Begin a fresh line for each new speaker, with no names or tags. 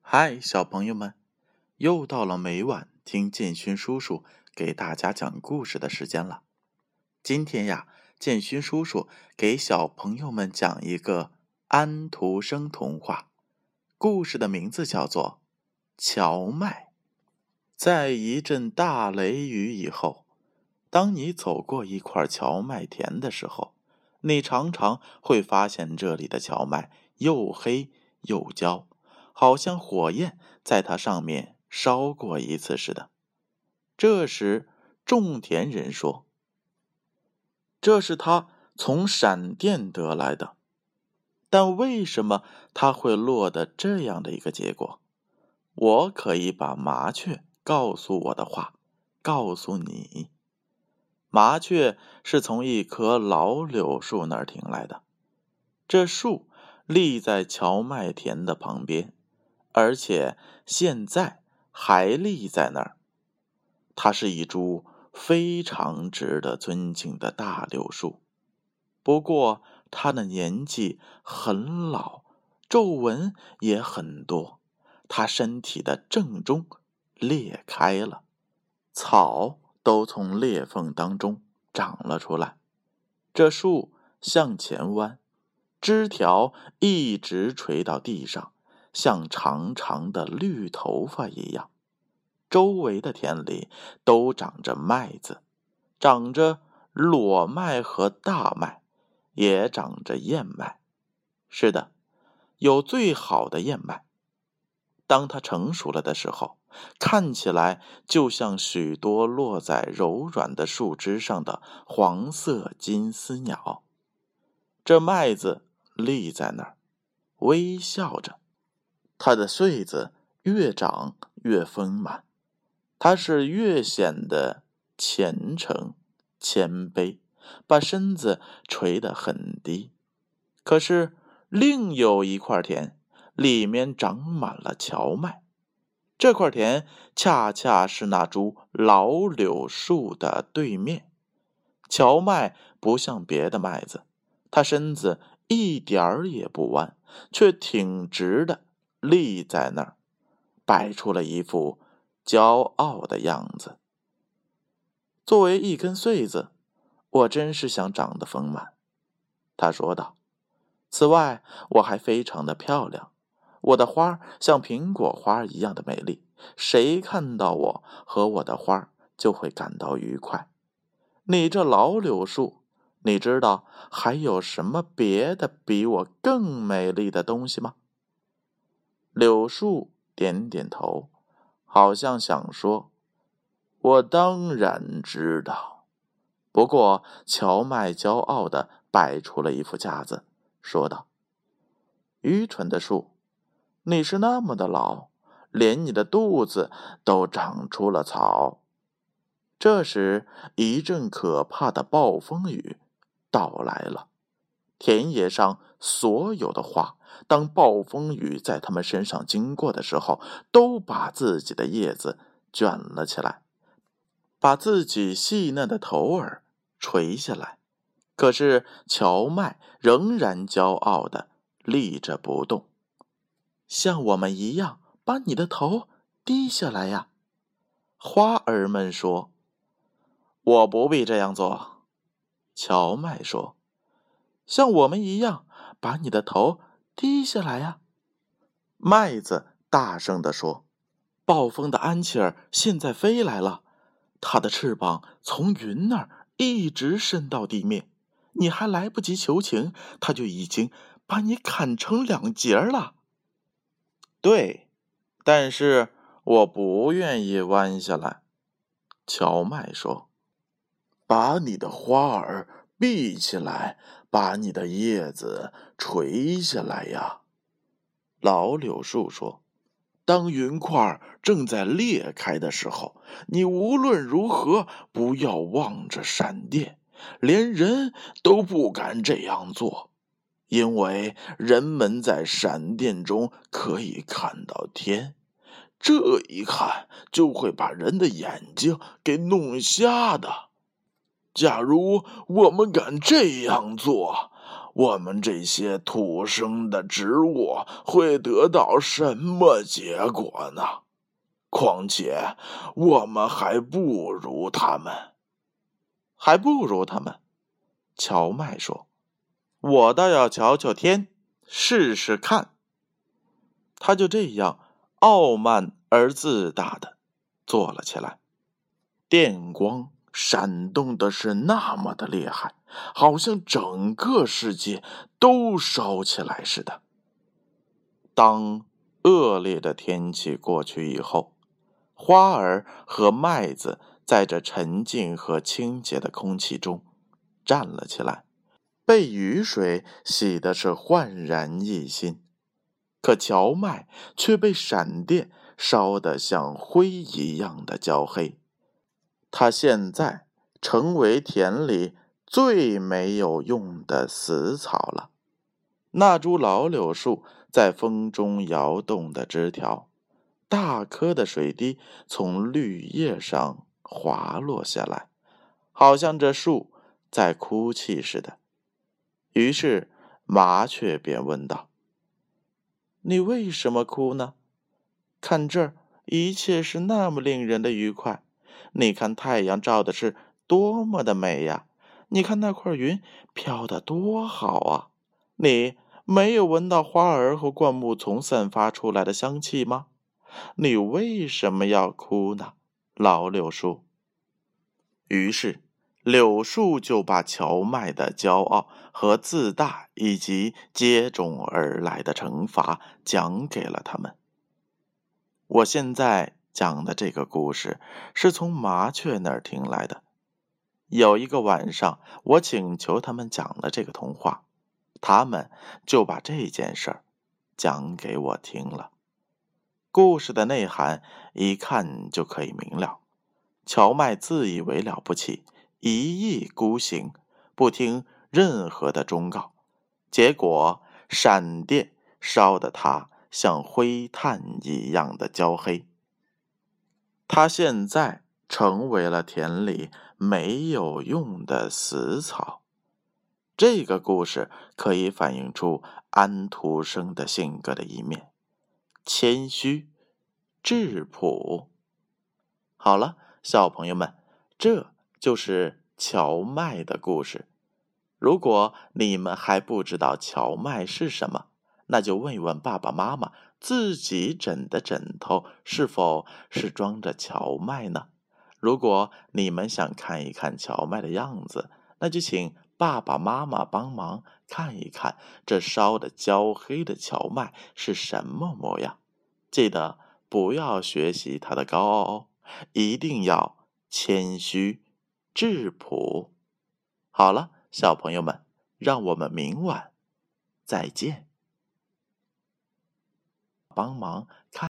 嗨，小朋友们，又到了每晚听建勋叔叔给大家讲故事的时间了。今天呀，建勋叔叔给小朋友们讲一个安徒生童话，故事的名字叫做《荞麦》。在一阵大雷雨以后，当你走过一块荞麦田的时候，你常常会发现这里的荞麦又黑又焦，好像火焰在它上面烧过一次似的。这时，种田人说：“这是他从闪电得来的。”但为什么他会落得这样的一个结果？我可以把麻雀告诉我的话告诉你。麻雀是从一棵老柳树那儿听来的，这树立在荞麦田的旁边，而且现在还立在那儿。它是一株非常值得尊敬的大柳树，不过它的年纪很老，皱纹也很多，它身体的正中裂开了，草都从裂缝当中长了出来。这树向前弯，枝条一直垂到地上，像长长的绿头发一样。周围的田里都长着麦子，长着裸麦和大麦，也长着燕麦。是的，有最好的燕麦。当它成熟了的时候，看起来就像许多落在柔软的树枝上的黄色金丝鸟。这麦子立在那儿，微笑着，它的穗子越长越丰满，它是越显得虔诚谦卑，把身子垂得很低。可是另有一块田，里面长满了荞麦，这块田恰恰是那株老柳树的对面。荞麦不像别的麦子，它身子一点儿也不弯，却挺直的立在那儿，摆出了一副骄傲的样子。作为一根穗子，我真是想长得丰满，他说道。此外，我还非常的漂亮，我的花像苹果花一样的美丽，谁看到我和我的花就会感到愉快。你这老柳树，你知道还有什么别的比我更美丽的东西吗？柳树点点头，好像想说，我当然知道。不过荞麦骄傲地摆出了一副架子，说道：愚蠢的树，你是那么的老，连你的肚子都长出了草。这时，一阵可怕的暴风雨到来了。田野上所有的花，当暴风雨在它们身上经过的时候，都把自己的叶子卷了起来，把自己细嫩的头儿垂下来。可是荞麦仍然骄傲地立着不动。像我们一样，把你的头低下来呀，花儿们说。我不必这样做，荞麦说。像我们一样，把你的头低下来呀，麦子大声地说。暴风的安琪儿现在飞来了，它的翅膀从云那儿一直伸到地面，你还来不及求情，它就已经把你砍成两截了。对，但是我不愿意弯下来，荞麦说。把你的花儿闭起来，把你的叶子垂下来呀，老柳树说。当云块正在裂开的时候，你无论如何不要望着闪电，连人都不敢这样做，因为人们在闪电中可以看到天，这一看就会把人的眼睛给弄瞎的。假如我们敢这样做，
我们这些土生的植物会得到什么结果呢？况且我们还不如他们。
荞麦说，我倒要瞧瞧天，试试看。他就这样傲慢而自大的坐了起来。电光闪动的是那么的厉害，好像整个世界都烧起来似的。当恶劣的天气过去以后，花儿和麦子在这沉静和清洁的空气中站了起来，被雨水洗的是焕然一新。可荞麦却被闪电烧得像灰一样的焦黑。它现在成为田里最没有用的死草了。那株老柳树在风中摇动的枝条，大颗的水滴从绿叶上滑落下来，好像这树在哭泣似的。于是麻雀便问道：你为什么哭呢？看这儿，一切是那么令人的愉快。你看太阳照的是多么的美呀！你看那块云飘得多好啊！你没有闻到花儿和灌木丛散发出来的香气吗？你为什么要哭呢，老柳树？于是柳树就把荞麦的骄傲和自大以及接踵而来的惩罚讲给了他们。我现在讲的这个故事是从麻雀那儿听来的。有一个晚上，我请求他们讲了这个童话，他们就把这件事儿讲给我听了。故事的内涵一看就可以明了。荞麦自以为了不起，一意孤行，不听任何的忠告，结果闪电烧得他像灰炭一样的焦黑。他现在成为了田里没有用的死草。这个故事可以反映出安徒生的性格的一面：谦虚、质朴。好了，小朋友们，这就是荞麦的故事。如果你们还不知道荞麦是什么，那就问一问爸爸妈妈，自己枕的枕头是否是装着荞麦呢？如果你们想看一看荞麦的样子，那就请爸爸妈妈帮忙看一看这烧得焦黑的荞麦是什么模样。记得不要学习它的高傲哦，一定要谦虚质朴。好了，小朋友们，让我们明晚再见。帮忙看